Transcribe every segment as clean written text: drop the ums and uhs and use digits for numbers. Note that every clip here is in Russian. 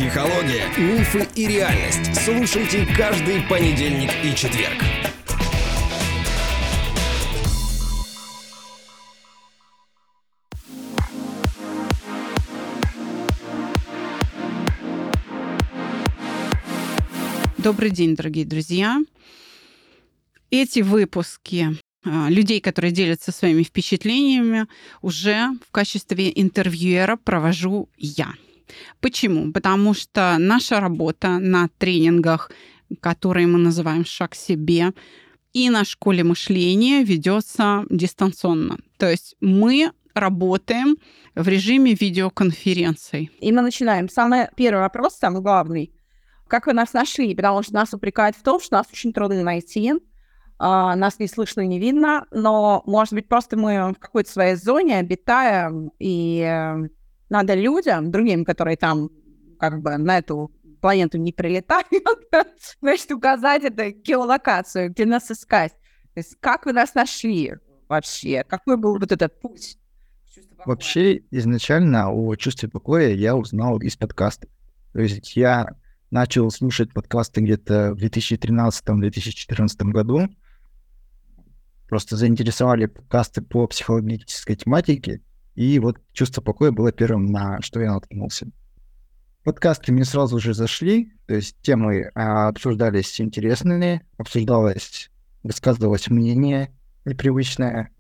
Психология, мифы и реальность. Слушайте каждый понедельник и четверг. Добрый день, дорогие друзья. Эти выпуски людей, которые делятся своими впечатлениями, уже в качестве интервьюера провожу я. Почему? Потому что наша работа на тренингах, которые мы называем «Шаг к себе», и на школе мышления ведется дистанционно. То есть мы работаем в режиме видеоконференций. И мы начинаем. Самый первый вопрос, самый главный. Как вы нас нашли? Потому что нас упрекают в том, что нас очень трудно найти. Нас не слышно, не видно. Но, может быть, просто мы в какой-то своей зоне обитаем, и надо людям, другим, которые там как бы на эту планету не прилетают, значит, указать эту геолокацию, где нас искать. То есть как вы нас нашли вообще? Какой был вот этот путь? Вообще, изначально о чувстве покоя я узнал из подкастов. То есть я начал слушать подкасты где-то в 2013-2014 году. Просто заинтересовали подкасты по психологической тематике. И вот чувство покоя было первым, на что я наткнулся. Подкасты мне сразу же зашли. То есть темы обсуждались интересные, высказывалось мнение непривычное.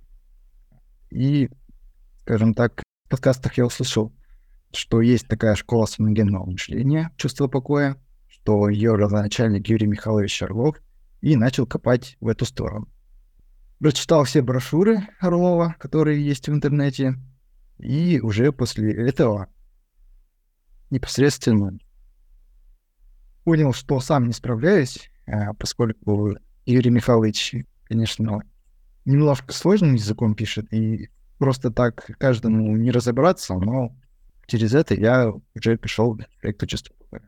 И, скажем так, в подкастах я услышал, что есть такая школа саногенного мышления, чувство покоя, что ее родоначальник Юрий Михайлович Орлов, и начал копать в эту сторону. Прочитал все брошюры Орлова, которые есть в интернете, и уже после этого непосредственно понял, что сам не справляюсь, поскольку Юрий Михайлович, конечно, немножко сложным языком пишет, и просто так каждому не разобраться, но через это я уже пришел к проекту чувства покоя.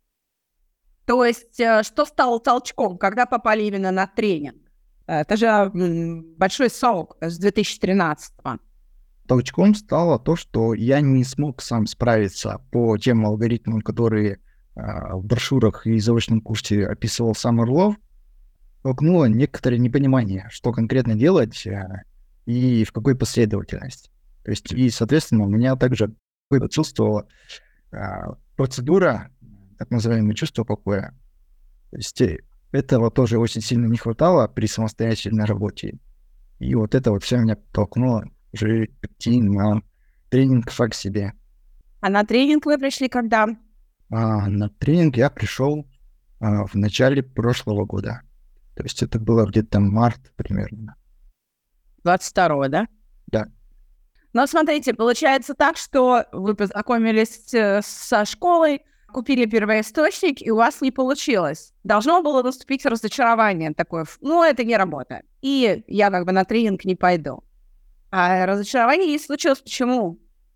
То есть что стало толчком, когда попали именно на тренинг? Это же большой срок с 2013-го. Толчком стало то, что я не смог сам справиться по тем алгоритмам, которые в брошюрах и заочном курсе описывал сам Орлов. Толкнуло некоторое непонимание, что конкретно делать и в какой последовательности. То есть, и, соответственно, у меня также отсутствовала процедура, так называемое чувство покоя. То есть этого тоже очень сильно не хватало при самостоятельной работе. И вот это вот все меня толкнуло уже идти на тренинг «Шаг к себе». А на тренинг вы пришли когда? На тренинг я пришел в начале прошлого года. То есть это было где-то март примерно. 22-го, да? Да. Но смотрите, получается так, что вы познакомились со школой, купили первоисточник, и у вас не получилось. Должно было наступить разочарование такое, это не работает. И я как бы на тренинг не пойду. А разочарование не случилось. Почему?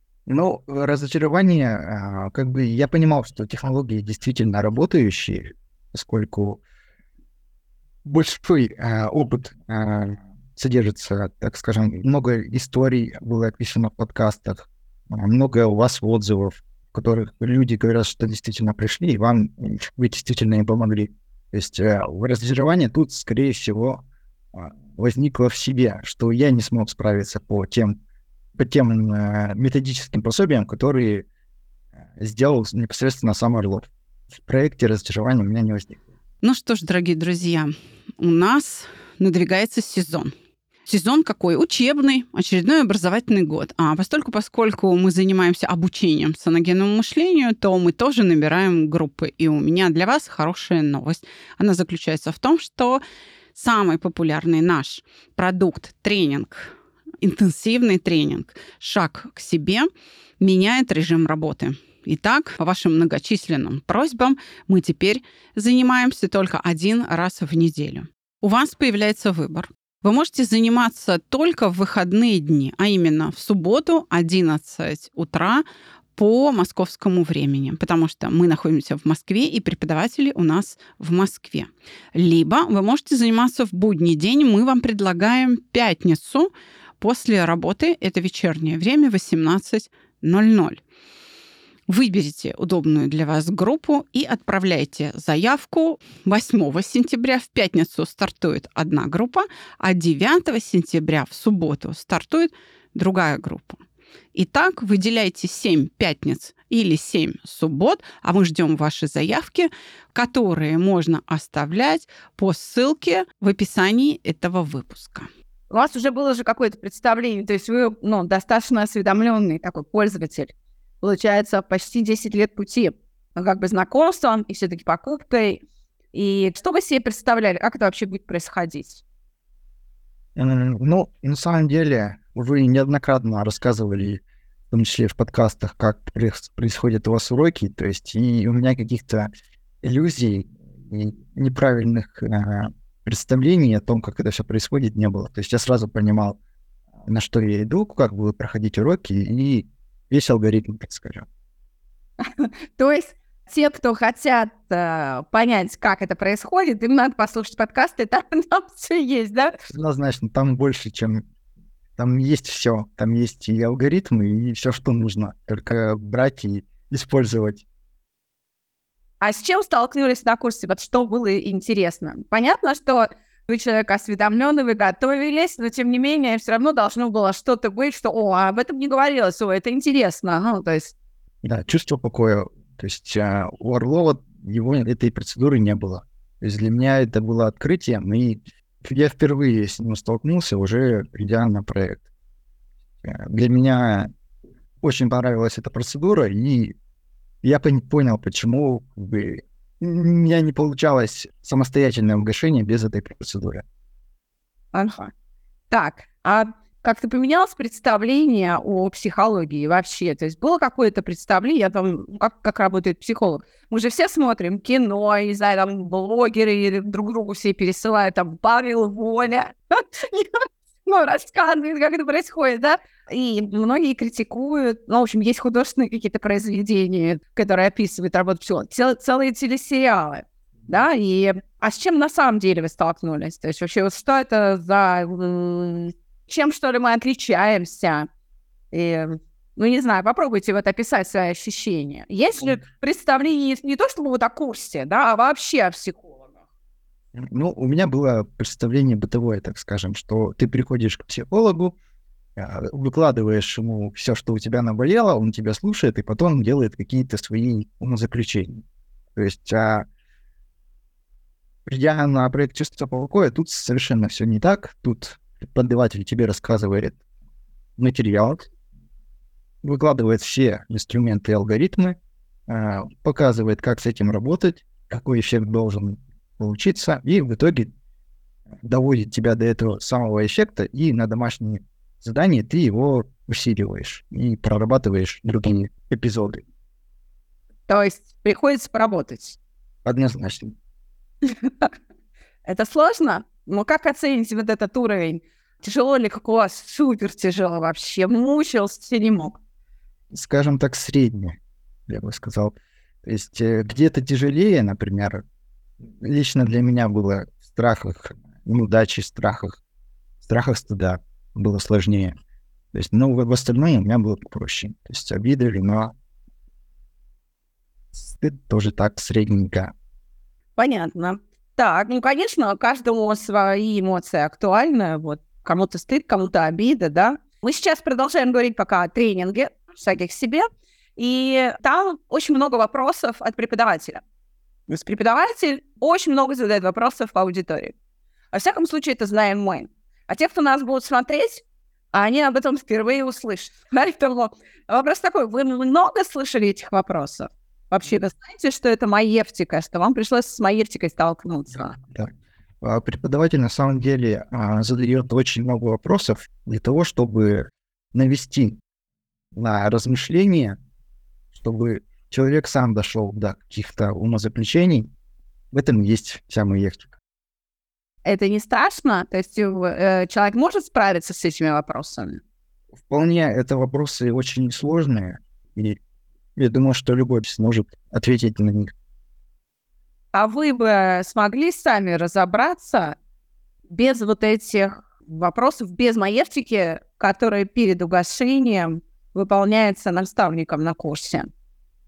Разочарование, я понимал, что технологии действительно работающие, поскольку большой опыт содержится, так скажем, много историй было описано в подкастах, много у вас отзывов, в которых люди говорят, что действительно пришли, и вы действительно им помогли. То есть разочарование тут, скорее всего, возникло в себе, что я не смог справиться по тем методическим пособиям, которые сделал непосредственно сам Орлов. В проекте разочарования у меня не возникло. Ну что ж, дорогие друзья, у нас надвигается сезон. Сезон какой? Учебный, очередной образовательный год. Поскольку мы занимаемся обучением саногенному мышлению, то мы тоже набираем группы. И у меня для вас хорошая новость. Она заключается в том, что самый популярный наш продукт, тренинг, интенсивный тренинг «Шаг к себе» меняет режим работы. Итак, по вашим многочисленным просьбам мы теперь занимаемся только 1 раз в неделю. У вас появляется выбор. Вы можете заниматься только в выходные дни, а именно в субботу 11 утра по московскому времени, потому что мы находимся в Москве, и преподаватели у нас в Москве. Либо вы можете заниматься в будний день. Мы вам предлагаем пятницу после работы, это вечернее время, 18:00. Выберите удобную для вас группу и отправляйте заявку 8 сентября. В пятницу стартует одна группа, а 9 сентября в субботу стартует другая группа. Итак, выделяйте 7 пятниц или 7 суббот, а мы ждем ваши заявки, которые можно оставлять по ссылке в описании этого выпуска. У вас уже было же какое-то представление, то есть вы достаточно осведомленный такой пользователь. Получается, почти 10 лет пути, как бы знакомством и все-таки покупкой. И что вы себе представляли, как это вообще будет происходить? Ну, на самом деле, вы неоднократно рассказывали, в том числе в подкастах, как происходят у вас уроки, то есть и у меня каких-то иллюзий и неправильных представлений о том, как это все происходит, не было. То есть я сразу понимал, на что я иду, как будут проходить уроки, и весь алгоритм, так скажем. То есть те, кто хотят понять, как это происходит, им надо послушать подкасты, там все есть, да? Однозначно, там больше, чем... Там есть все. Там есть и алгоритмы, и все, что нужно. Только брать и использовать. А с чем столкнулись на курсе? Вот что было интересно? Понятно, что вы человек осведомленный, вы готовились, но тем не менее все равно должно было что-то быть, что об этом не говорилось, это интересно. Ну, то есть... Да, чувство покоя. То есть у Орлова этой процедуры не было. То есть для меня это было открытием, и я впервые с ним столкнулся, уже придя на проект. Для меня очень понравилась эта процедура, и я понял, почему у меня не получалось самостоятельное угошение без этой процедуры. Ага. Так, а как-то поменялось представление о психологии вообще? То есть было какое-то представление о том, как работает психолог? Мы же все смотрим кино, не знаю, там блогеры или друг другу все пересылают, там Павел Воля, рассказывает, как это происходит, да? И многие критикуют, в общем, есть художественные какие-то произведения, которые описывают работу психолога, целые телесериалы, да? А с чем на самом деле вы столкнулись? То есть вообще вот что это за... Чем, что ли, мы отличаемся? Не знаю, попробуйте описать свои ощущения. Есть ли представление не то чтобы о курсе, да, а вообще о психологах? Ну, у меня было представление бытовое, так скажем, что ты приходишь к психологу, выкладываешь ему все, что у тебя наболело, он тебя слушает, и потом делает какие-то свои умозаключения. То есть, придя на проект «Чувство покоя», тут совершенно все не так. Тут преподаватель тебе рассказывает материал, выкладывает все инструменты и алгоритмы, показывает, как с этим работать, какой эффект должен получиться, и в итоге доводит тебя до этого самого эффекта, и на домашнем задании ты его усиливаешь и прорабатываешь другие эпизоды. То есть приходится поработать? Однозначно. Это сложно? Но как оцените вот этот уровень? Тяжело ли, как у вас? Супер тяжело вообще. Мучился, не мог. Скажем так, среднее, я бы сказал. То есть где-то тяжелее, например, лично для меня было в страхах неудачи, страхах стыда было сложнее. То есть, в остальном у меня было попроще. То есть обиды, вина, стыд тоже так средненько. Понятно. Так, конечно, каждому свои эмоции актуальны. Вот кому-то стыд, кому-то обида, да. Мы сейчас продолжаем говорить пока о тренинге «Шаги к себе», и там очень много вопросов от преподавателя. То есть преподаватель очень много задает вопросов по аудитории. Во всяком случае, это знаем мы. А те, кто нас будут смотреть, они об этом впервые услышат. Поэтому вопрос такой, вы много слышали этих вопросов? Вообще, вы знаете, что это маевтика, что вам пришлось с маевтикой столкнуться? Да. Преподаватель на самом деле задает очень много вопросов для того, чтобы навести на размышления, чтобы человек сам дошел до каких-то умозаключений. В этом есть вся маевтика. Это не страшно? То есть человек может справиться с этими вопросами? Вполне, это вопросы очень сложные, и я думаю, что любой сможет ответить на них. А вы бы смогли сами разобраться без вот этих вопросов, без маевтики, которые перед угошением выполняется наставником на курсе?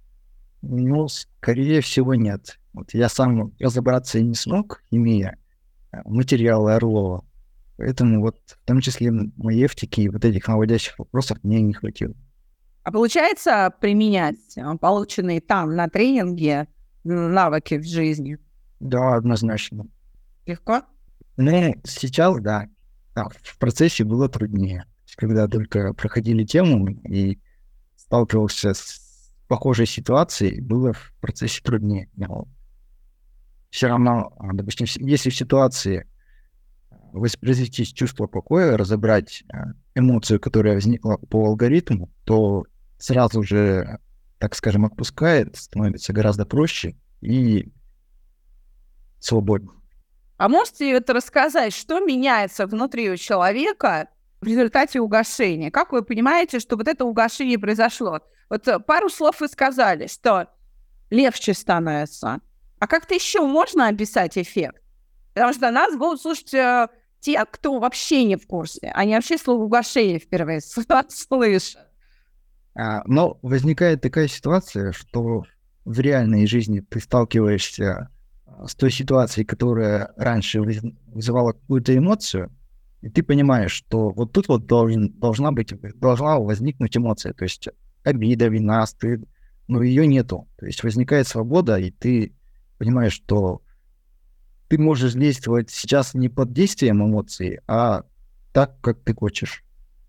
Ну, скорее всего, нет. Вот я сам разобраться и не смог, имея материалы Орлова. Поэтому вот в том числе маевтики и вот этих наводящих вопросов мне не хватило. А получается применять полученные там на тренинге навыки в жизни? Да, однозначно. Легко? Но сейчас, да, в процессе было труднее. То есть, когда только проходили тему и сталкивался с похожей ситуацией, было в процессе труднее. Но все равно, допустим, если в ситуации воспроизвести чувство покоя, разобрать эмоцию, которая возникла по алгоритму, то сразу же, так скажем, отпускает, становится гораздо проще и свободнее. А можете это рассказать, что меняется внутри у человека в результате угошения? Как вы понимаете, что вот это угошение произошло? Вот пару слов вы сказали, что легче становится. А как-то еще можно описать эффект? Потому что нас будут слушать те, кто вообще не в курсе. Они вообще слово угошение впервые слышат. Но возникает такая ситуация, что в реальной жизни ты сталкиваешься с той ситуацией, которая раньше вызывала какую-то эмоцию, и ты понимаешь, что вот тут вот должна возникнуть эмоция, то есть обида, вина, стыд, но ее нету. То есть возникает свобода, и ты понимаешь, что ты можешь действовать сейчас не под действием эмоций, а так, как ты хочешь.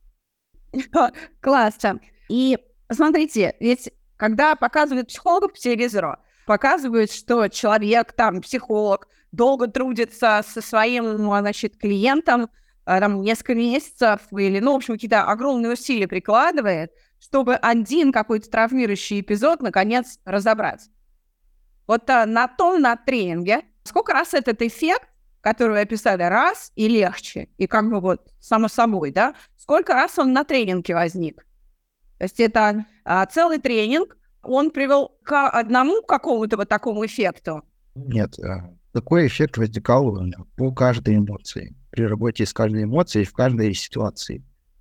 Классно. И смотрите, ведь когда показывают психологов по телевизору, показывают, что человек, там, психолог, долго трудится со своим, значит, клиентом, там, несколько месяцев или, ну, в общем, какие-то огромные усилия прикладывает, чтобы один какой-то травмирующий эпизод, наконец, разобрать. Вот на тренинге, сколько раз этот эффект, который вы описали, раз и легче, и как бы вот само собой, да, сколько раз он на тренинге возник? То есть это целый тренинг, он привел к одному какому-то вот такому эффекту? Нет, такой эффект возникал по каждой эмоции, при работе с каждой эмоцией в каждой ситуации.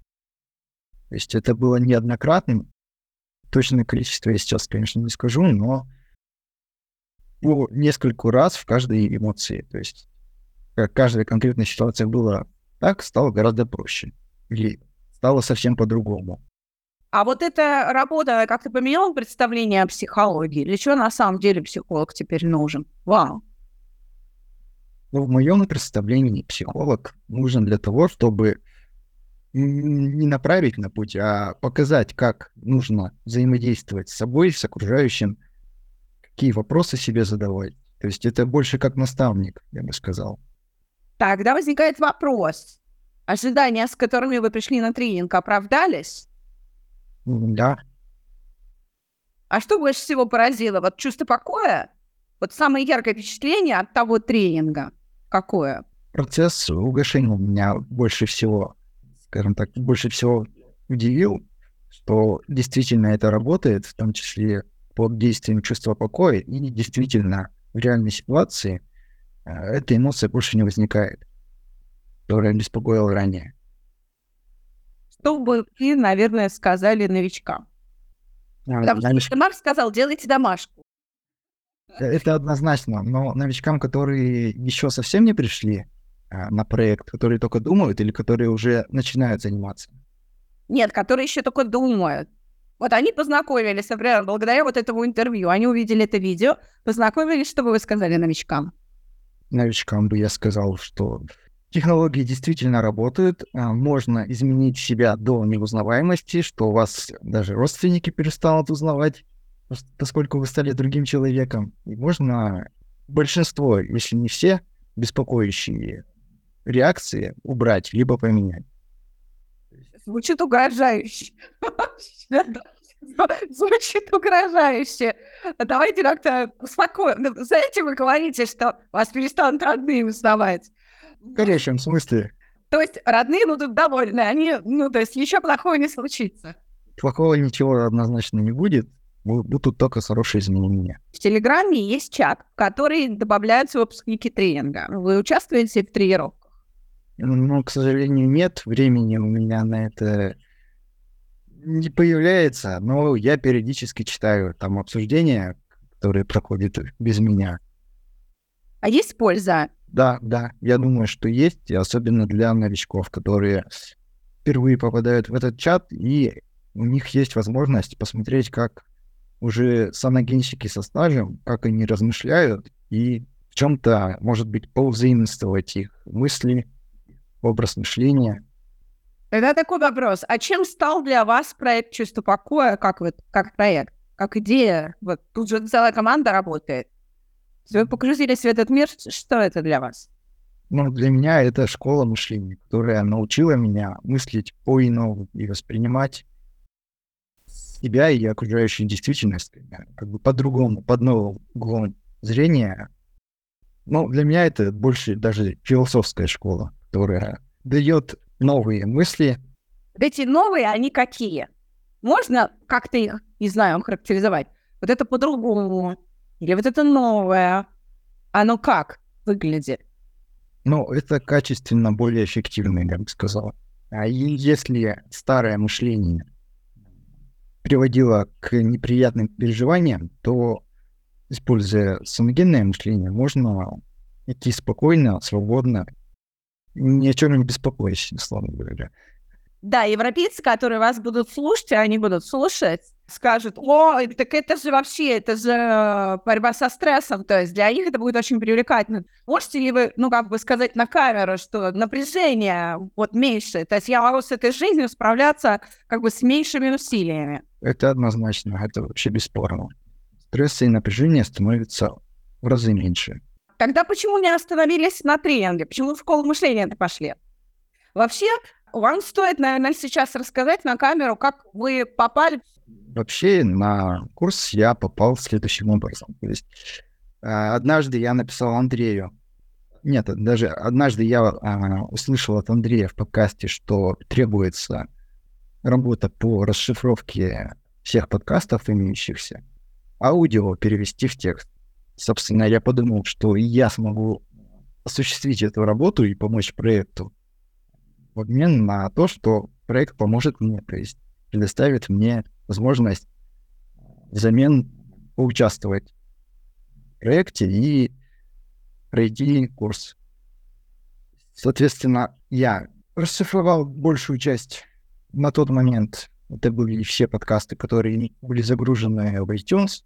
То есть это было неоднократным, точное количество я сейчас, конечно, не скажу, но по нескольку раз в каждой эмоции. То есть как каждая конкретная ситуация была так, стало гораздо проще. Или стало совсем по-другому. А вот эта работа как-то поменяла представление о психологии? Для чего на самом деле психолог теперь нужен? Вау! Но в моем представлении психолог нужен для того, чтобы не направить на путь, а показать, как нужно взаимодействовать с собой, с окружающим, какие вопросы себе задавать. То есть это больше как наставник, я бы сказал. Тогда возникает вопрос. Ожидания, с которыми вы пришли на тренинг, оправдались? Да. А что больше всего поразило? Вот чувство покоя? Вот самое яркое впечатление от того тренинга какое? Процесс угошения меня больше всего, скажем так, больше всего удивил, что действительно это работает, в том числе под действием чувства покоя, и действительно в реальной ситуации эта эмоция больше не возникает, которая беспокоила ранее. Что бы вы, наверное, сказали новичкам? Потому что Марк сказал, делайте домашку. Это однозначно, но новичкам, которые еще совсем не пришли на проект, которые только думают или которые уже начинают заниматься? Нет, которые еще только думают. Вот они познакомились, например, благодаря вот этому интервью. Они увидели это видео, познакомились, что бы вы сказали новичкам? Новичкам бы я сказал, что технологии действительно работают, можно изменить себя до неузнаваемости, что вас даже родственники перестанут узнавать, поскольку вы стали другим человеком. И можно большинство, если не все, беспокоящие реакции убрать, либо поменять. Звучит угрожающе. Звучит угрожающе. Давайте как-то успокоим. Знаете, вы говорите, что вас перестанут родные узнавать. В горячем смысле. То есть родные будут довольны, они, то есть еще плохого не случится. Плохого ничего однозначно не будет, будут только хорошие изменения. В Телеграме есть чат, в который добавляются выпускники тренинга. Вы участвуете в тренировках? Ну, к сожалению, нет. Времени у меня на это не появляется, но я периодически читаю там обсуждения, которые проходят без меня. А есть польза? Да, я думаю, что есть, и особенно для новичков, которые впервые попадают в этот чат, и у них есть возможность посмотреть, как уже саногенщики со стажем, как они размышляют, и в чем-то, может быть, повзаимствовать их мысли, образ мышления. Тогда такой вопрос. А чем стал для вас проект «Чувство покоя» как проект, как идея? Вот тут же целая команда работает. Вы погрузились в этот мир. Что это для вас? Ну, для меня это школа мышления, которая научила меня мыслить по-иному и воспринимать себя и окружающую действительность как бы по-другому, под новым углом зрения. Ну, для меня это больше даже философская школа, которая дает новые мысли. Вот эти новые, они какие? Можно как-то их, не знаю, характеризовать? Вот это по-другому. Или вот это новое. Оно как выглядит? Ну, это качественно более эффективно, я бы сказал. А если старое мышление приводило к неприятным переживаниям, то, используя саногенное мышление, можно идти спокойно, свободно, ни о чем не беспокоясь, условно говоря. Да, европейцы, которые вас будут слушать, они будут слушать, скажут: о, так это же вообще, это же борьба со стрессом, то есть для них это будет очень привлекательно. Можете ли вы, сказать на камеру, что напряжение вот меньше, то есть я могу с этой жизнью справляться с меньшими усилиями? Это однозначно, это вообще бесспорно. Стресса и напряжения становится в разы меньше. Тогда почему не остановились на тренинге? Почему в школу мышления пошли? Вообще, вам стоит, наверное, сейчас рассказать на камеру, как вы попали. Вообще на курс я попал следующим образом. То есть однажды я написал Андрею. Нет, даже однажды я услышал от Андрея в подкасте, что требуется работа по расшифровке всех подкастов, имеющихся, аудио перевести в текст. Собственно, я подумал, что и я смогу осуществить эту работу и помочь проекту в обмен на то, что проект поможет мне, то есть предоставит мне возможность взамен поучаствовать в проекте и пройти курс. Соответственно, я расшифровал большую часть на тот момент. Это были все подкасты, которые были загружены в iTunes.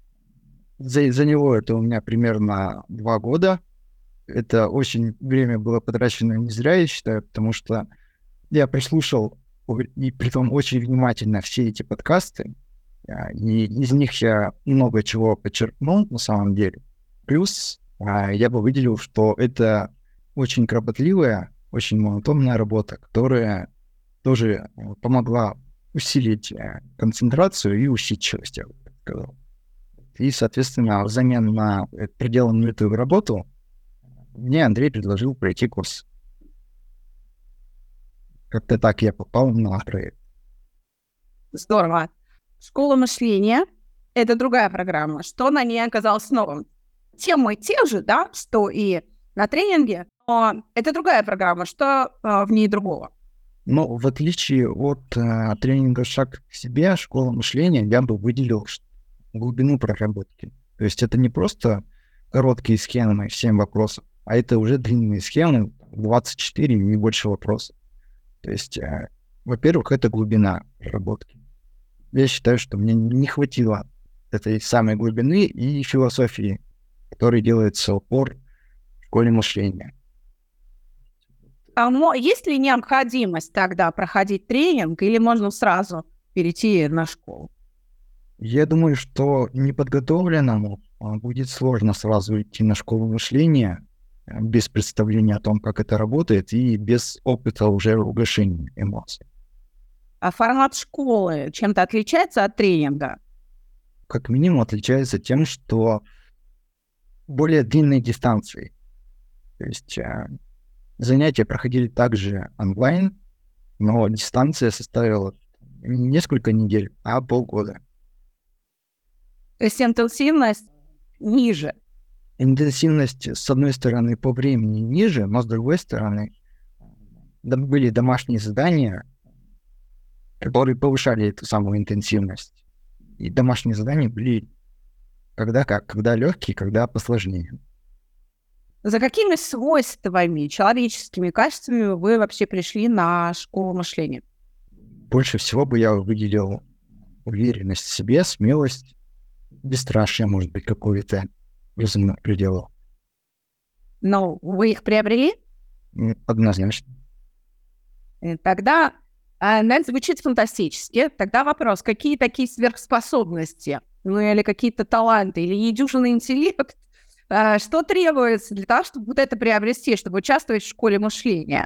За него это у меня примерно 2 года. Это очень время было потрачено не зря, я считаю, потому что я прослушал, и притом очень внимательно, все эти подкасты, и из них я много чего подчеркнул на самом деле. Плюс я бы выделил, что это очень кропотливая, очень монотонная работа, которая тоже помогла усилить концентрацию и усидчивость, я бы так сказал. И, соответственно, взамен на проделанную эту работу мне Андрей предложил пройти курс. Как-то так я попал на проект. Здорово. Школа мышления — это другая программа. Что на ней оказалось новым? Темы те же, да, что и на тренинге, но это другая программа. Что в ней другого? Но в отличие от тренинга «Шаг к себе», школа мышления, я бы выделил глубину проработки. То есть это не просто короткие схемы, 7 вопросов, а это уже длинные схемы, 24 и больше вопросов. То есть, во-первых, это глубина проработки. Я считаю, что мне не хватило этой самой глубины и философии, которой делается упор в школе мышления. Но есть ли необходимость тогда проходить тренинг, или можно сразу перейти на школу? Я думаю, что неподготовленному будет сложно сразу идти на школу мышления без представления о том, как это работает, и без опыта уже угошения эмоций. А формат школы чем-то отличается от тренинга? Как минимум отличается тем, что более длинные дистанции. То есть занятия проходили также онлайн, но дистанция составила не несколько недель, а полгода. То есть интенсивность ниже. Интенсивность, с одной стороны, по времени ниже, но с другой стороны, были домашние задания, которые повышали эту самую интенсивность. И домашние задания были Когда как? Когда легкий, когда посложнее. За какими свойствами, человеческими качествами вы вообще пришли на школу мышления? Больше всего бы я выделил уверенность в себе, смелость, бесстрашие, может быть, какое-то разумных пределов. Но вы их приобрели? Однозначно. Тогда, это звучит фантастически. Тогда вопрос, какие такие сверхспособности, ну или какие-то таланты, или недюжинный интеллект, что требуется для того, чтобы вот это приобрести, чтобы участвовать в школе мышления?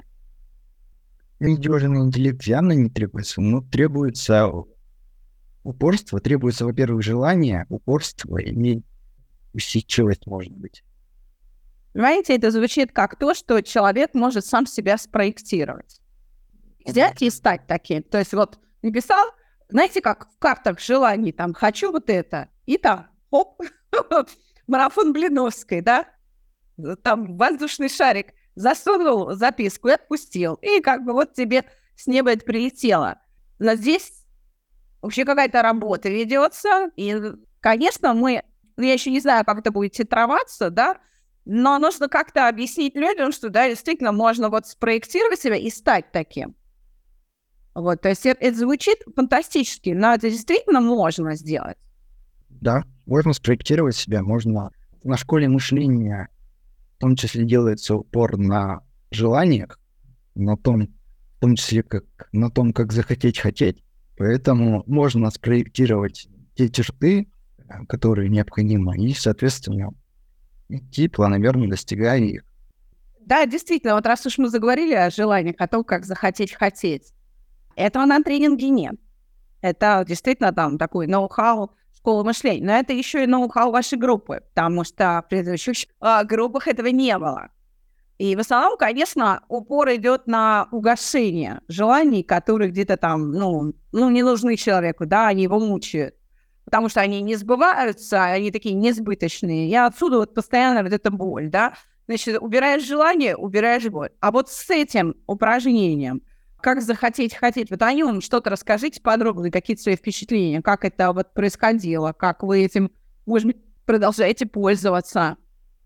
Надежный интеллект явно не требуется, но требуется упорство, требуется, во-первых, желание, упорство и усидчивость, может быть. Понимаете, это звучит как то, что человек может сам себя спроектировать. Взять и стать таким. То есть вот написал, знаете, как в картах желаний, там, хочу вот это, и там, хоп, марафон Блиновской, да, там воздушный шарик, засунул записку и отпустил. И как бы вот тебе с неба это прилетело. Но здесь вообще какая-то работа ведется. И, конечно, я еще не знаю, как это будет титроваться, да, но нужно как-то объяснить людям, что, да, действительно, можно вот спроектировать себя и стать таким. Вот, то есть это звучит фантастически, но это действительно можно сделать. Да, можно спроектировать себя, можно... На школе мышления в том числе делается упор на желаниях, в том числе на том, как захотеть хотеть. Поэтому можно спроектировать те черты, которые необходимы, и, соответственно, идти планомерно, достигая их. Да, действительно, вот раз уж мы заговорили о желаниях, о том, как захотеть хотеть, этого на тренинге нет. Это действительно там такой ноу-хау школы мышления. Но это еще и ноу-хау вашей группы, потому что в предыдущих группах этого не было. И в основном, конечно, упор идет на угошение желаний, которые где-то там, не нужны человеку, да, они его мучают. Потому что они не сбываются, они такие несбыточные. И отсюда вот постоянно вот эта боль, да. Значит, убираешь желание, убираешь боль. А вот с этим упражнением, как захотеть хотеть, вот о нем что-то расскажите подробно, какие-то свои впечатления, как это вот происходило, как вы этим, может быть, продолжаете пользоваться.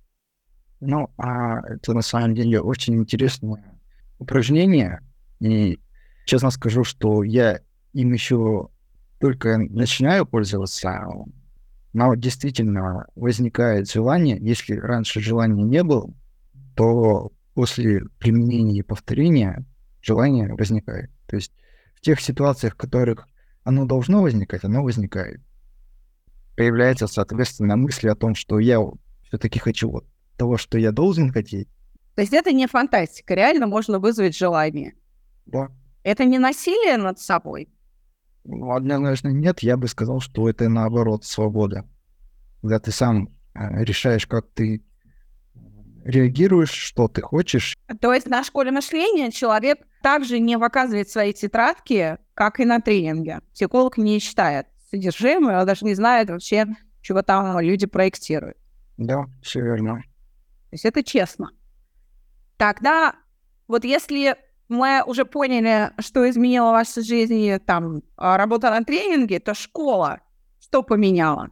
Это на самом деле очень интересное упражнение. И честно скажу, что я им еще только начинаю пользоваться, но действительно возникает желание. Если раньше желания не было, то после применения и повторения желание возникает. То есть в тех ситуациях, в которых оно должно возникать, оно возникает. Появляется, соответственно, мысль о том, что я все-таки хочу вот того, что я должен хотеть. То есть это не фантастика, реально можно вызвать желание. Да. Это не насилие над собой. Однозначно нет, я бы сказал, что это наоборот свобода. Когда ты сам решаешь, как ты реагируешь, что ты хочешь. То есть на школе мышления человек также не показывает свои тетрадки, как и на тренинге. Психолог не читает содержимое, он даже не знает вообще, чего там люди проектируют. Да, все верно. То есть это честно. Тогда вот если мы уже поняли, что изменила в вашей жизни там работа на тренинге, то школа что поменяла?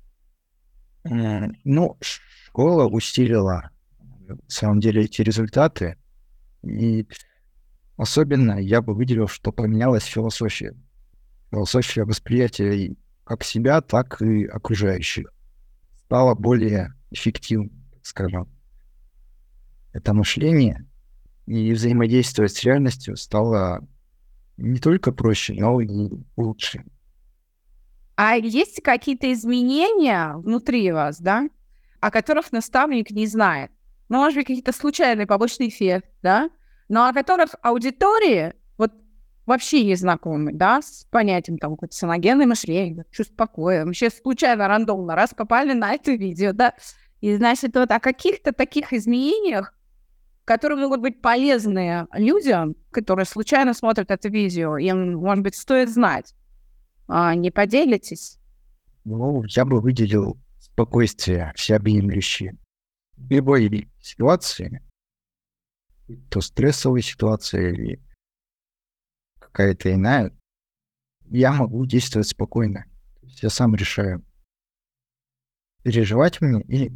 Школа усилила, на самом деле, эти результаты. И особенно я бы выделил, что поменялась философия. Философия восприятия как себя, так и окружающих стала более эффективной, скажем. Это мышление и взаимодействовать с реальностью стало не только проще, но и лучше. А есть какие-то изменения внутри вас, да, о которых наставник не знает? Ну, может быть, какие-то случайные побочные эффекты, да, но о которых аудитории вот вообще не знакомы, да, с понятием там какое-то саногенное мышление, чувство покоя. Вообще случайно, рандомно, раз попали на это видео, да, и, значит, вот о каких-то таких изменениях, которые могут быть полезны людям, которые случайно смотрят это видео, им, может быть, стоит знать. Не поделитесь? Я бы выделил спокойствие всеобъемлющее. В любой ситуации, то стрессовой ситуации или какая-то иная, я могу действовать спокойно. Я сам решаю. переживать мне или...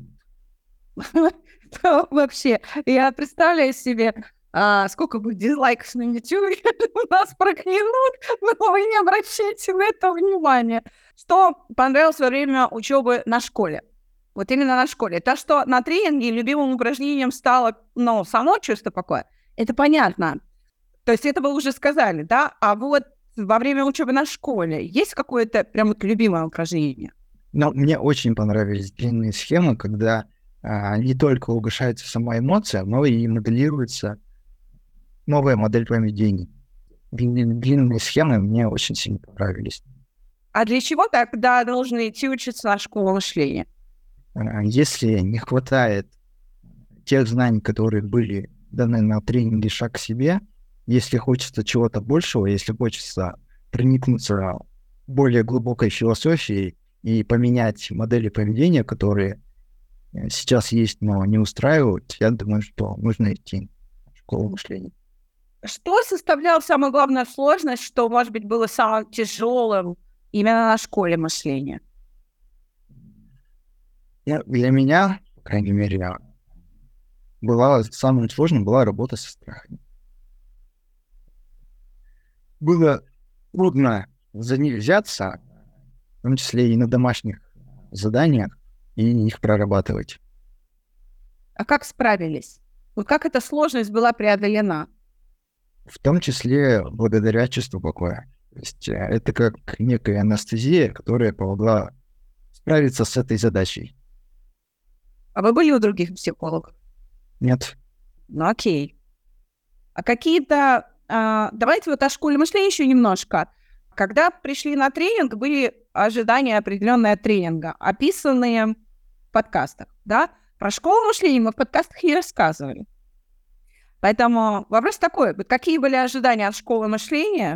То вообще, я представляю себе, сколько будет дизлайков на YouTube, у нас проклянут, но вы не обращайте на это внимания. Что понравилось во время учебы на школе? Вот именно на школе. То, что на тренинге любимым упражнением стало, само чувство покоя, это понятно. То есть это вы уже сказали, да? А вот во время учебы на школе есть какое-то прям вот любимое упражнение? Но мне очень понравились длинные схемы, когда не только угошается сама эмоция, но и моделируется новая модель поведения. Длинные схемы мне очень сильно понравились. А для чего тогда должны идти учиться на школу мышления? Если не хватает тех знаний, которые были даны на тренинге «Шаг к себе», если хочется чего-то большего, если хочется проникнуться более глубокой философией и поменять модели поведения, которые сейчас есть, но не устраивают, я думаю, что нужно идти в школу мышления. Что составляло самую главную сложность, что, может быть, было самым тяжелым именно на школе мышления? Для меня, по крайней мере, самым сложным была работа со страхами. Было трудно за них взяться, в том числе и на домашних заданиях, и их прорабатывать. А как справились? Вот как эта сложность была преодолена? В том числе благодаря чувству покоя. То есть это как некая анестезия, которая помогла справиться с этой задачей. А вы были у других психологов? Нет. Ну, окей. А какие-то... давайте вот о школе мышления еще немножко. Когда пришли на тренинг, были ожидания определенные от тренинга, описанные в подкастах, да? Про школу мышления мы в подкастах не рассказывали. Поэтому вопрос такой, вот какие были ожидания от школы мышления?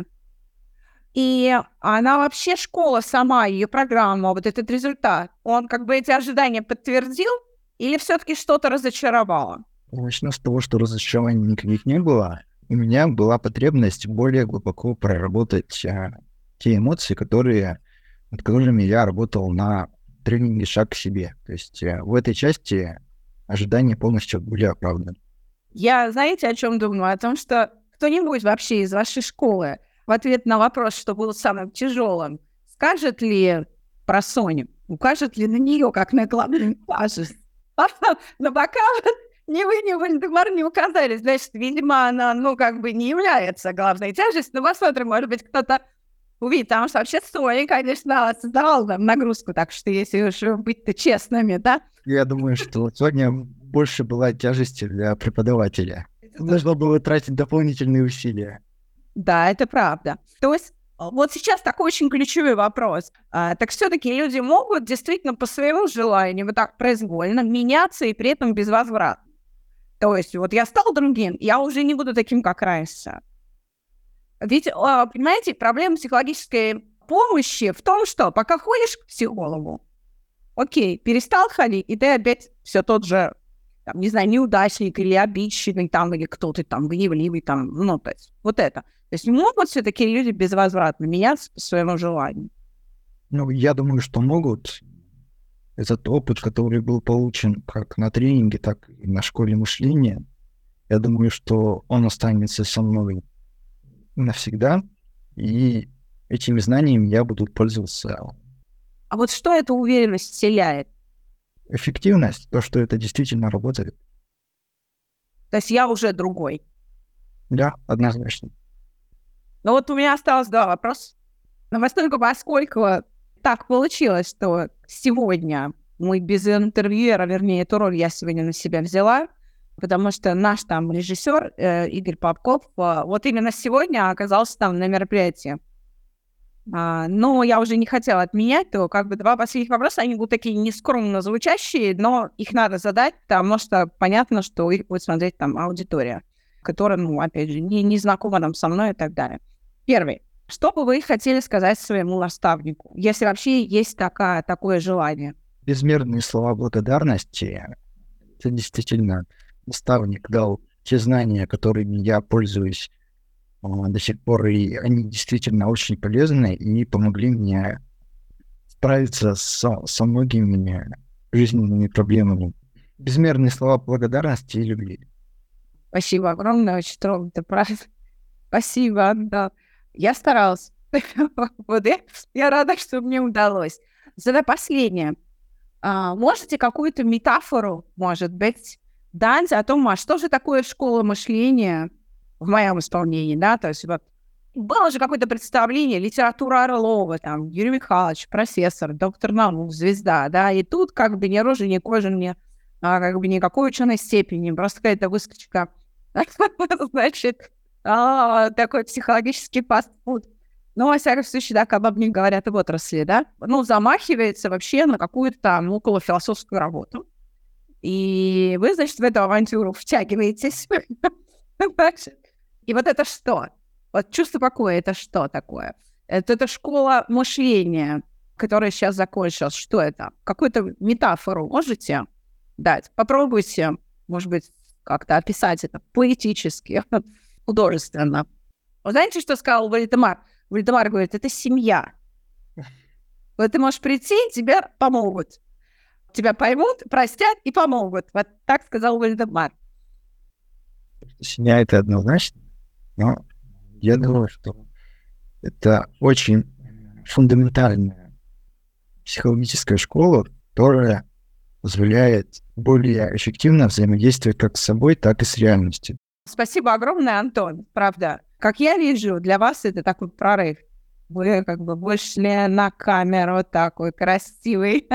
И она вообще, школа сама, ее программа, вот этот результат, он как бы эти ожидания подтвердил или все-таки что-то разочаровало? Начну с того, что разочарований никаких не было. У меня была потребность более глубоко проработать те эмоции, над которыми я работал на тренинге «Шаг к себе». То есть в этой части ожидания полностью были оправданы. Я, знаете, о чем думаю? О том, что кто-нибудь вообще из вашей школы в ответ на вопрос, что было самым тяжелым, скажет ли про Соню, укажет ли на нее, как на главную тяжесть? Но пока ни вы, ни Вальдемар не указали, значит, видимо, она, не является главной тяжестью. Но посмотрим, может быть, кто-то увидит, потому что вообще Соня, конечно, создавала нам нагрузку, так что если уж быть-то честными, да? Я думаю, что Соня больше была тяжестью для преподавателя. Нужно было тратить дополнительные усилия. Да, это правда. То есть вот сейчас такой очень ключевой вопрос. Так все-таки люди могут действительно по своему желанию вот так произвольно меняться и при этом без возврата. То есть вот я стал другим, я уже не буду таким, как раньше. Ведь, понимаете, проблема психологической помощи в том, что пока ходишь к психологу, окей, перестал ходить, и ты опять все тот же, там, не знаю, неудачник или обидчивый, там, или кто-то там, гневливый, там, то есть вот это. То есть могут все-таки люди безвозвратно меняться по своему желанию? Я думаю, что могут. Этот опыт, который был получен как на тренинге, так и на школе мышления, я думаю, что он останется со мной навсегда, и этими знаниями я буду пользоваться. А вот что эта уверенность вселяет? Эффективность, то, что это действительно работает. То есть я уже другой. Да, однозначно. Но вот у меня осталось два вопроса. Но поскольку так получилось, что сегодня мы без интервьюера, вернее, эту роль я сегодня на себя взяла, потому что наш там режиссер Игорь Попков вот именно сегодня оказался там на мероприятии. Но я уже не хотела отменять, то как бы два последних вопроса, они будут такие нескромно звучащие, но их надо задать, потому что понятно, что их будет смотреть там аудитория, которая, опять же, не знакома там со мной и так далее. Первый. Что бы вы хотели сказать своему наставнику, если вообще есть такое желание? Безмерные слова благодарности. Это действительно наставник дал те знания, которыми я пользуюсь до сих пор, и они действительно очень полезны и помогли мне справиться со многими жизненными проблемами. Безмерные слова благодарности и любви. Спасибо огромное, очень трогательно, правда. Спасибо, да. Я старалась. Вот я рада, что мне удалось. Тогда последнее. Можете какую-то метафору, может быть, дать о том, что же такое школа мышления в моем исполнении, да? То есть вот было же какое-то представление, литература Орлова, там, Юрий Михайлович, профессор, доктор наук, звезда, да? И тут как бы ни рожи, ни кожи, как бы никакой ученой степени, просто какая-то выскочка, значит, такой психологический фастфуд. Ну, во всяком случае, да, как об них говорят в отрасли, да, ну, замахивается вообще на какую-то там околофилософскую работу. И вы, значит, в эту авантюру втягиваетесь. И вот это что? Вот чувство покоя — это что такое? Это школа мышления, которая сейчас закончилась. Что это? Какую-то метафору можете дать? Попробуйте, может быть, как-то описать это поэтически, художественно. Вы знаете, что сказал Вальдемар? Вальдемар говорит, это семья. Вот ты можешь прийти, тебе помогут. Тебя поймут, простят и помогут. Вот так сказал Вальдемар. Семья — это однозначно, но я думаю, что это очень фундаментальная психологическая школа, которая позволяет более эффективно взаимодействовать как с собой, так и с реальностью. Спасибо огромное, Антон. Правда, как я вижу, для вас это такой прорыв. Вы как бы вышли на камеру такой красивый.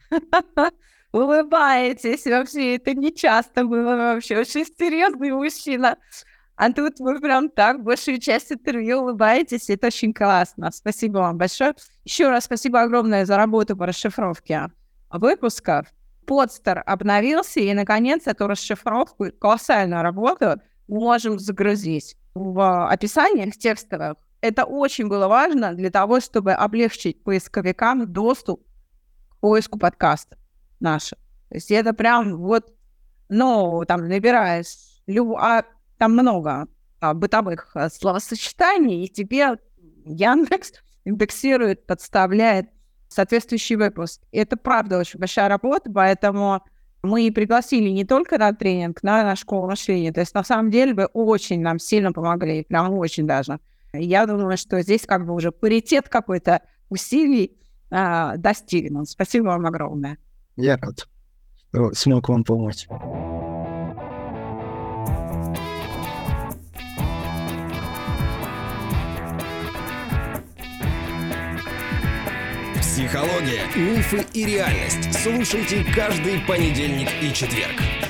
Улыбаетесь. Вообще, это не часто было вообще. Очень серьезный мужчина. А тут вы прям так большую часть интервью улыбаетесь. Это очень классно. Спасибо вам большое. Еще раз спасибо огромное за работу по расшифровке выпусков. Подстер обновился, и, наконец, эту расшифровку, колоссальную работу, можем загрузить в описаниях текстовых. Это очень было важно для того, чтобы облегчить поисковикам доступ к поиску подкастов наших. То есть это прям вот, ну, там набираешь, там много бытовых словосочетаний, и тебе Яндекс индексирует, подставляет соответствующий выпуск. И это, правда, очень большая работа, поэтому мы пригласили не только на тренинг, но и на школу мышления. То есть, на самом деле, вы очень нам сильно помогли, прям очень даже. Я думаю, что здесь как бы уже паритет какой-то усилий достигнут. Спасибо вам огромное. Я рад, что смог вам помочь. Психология, мифы и реальность. Слушайте каждый понедельник и четверг.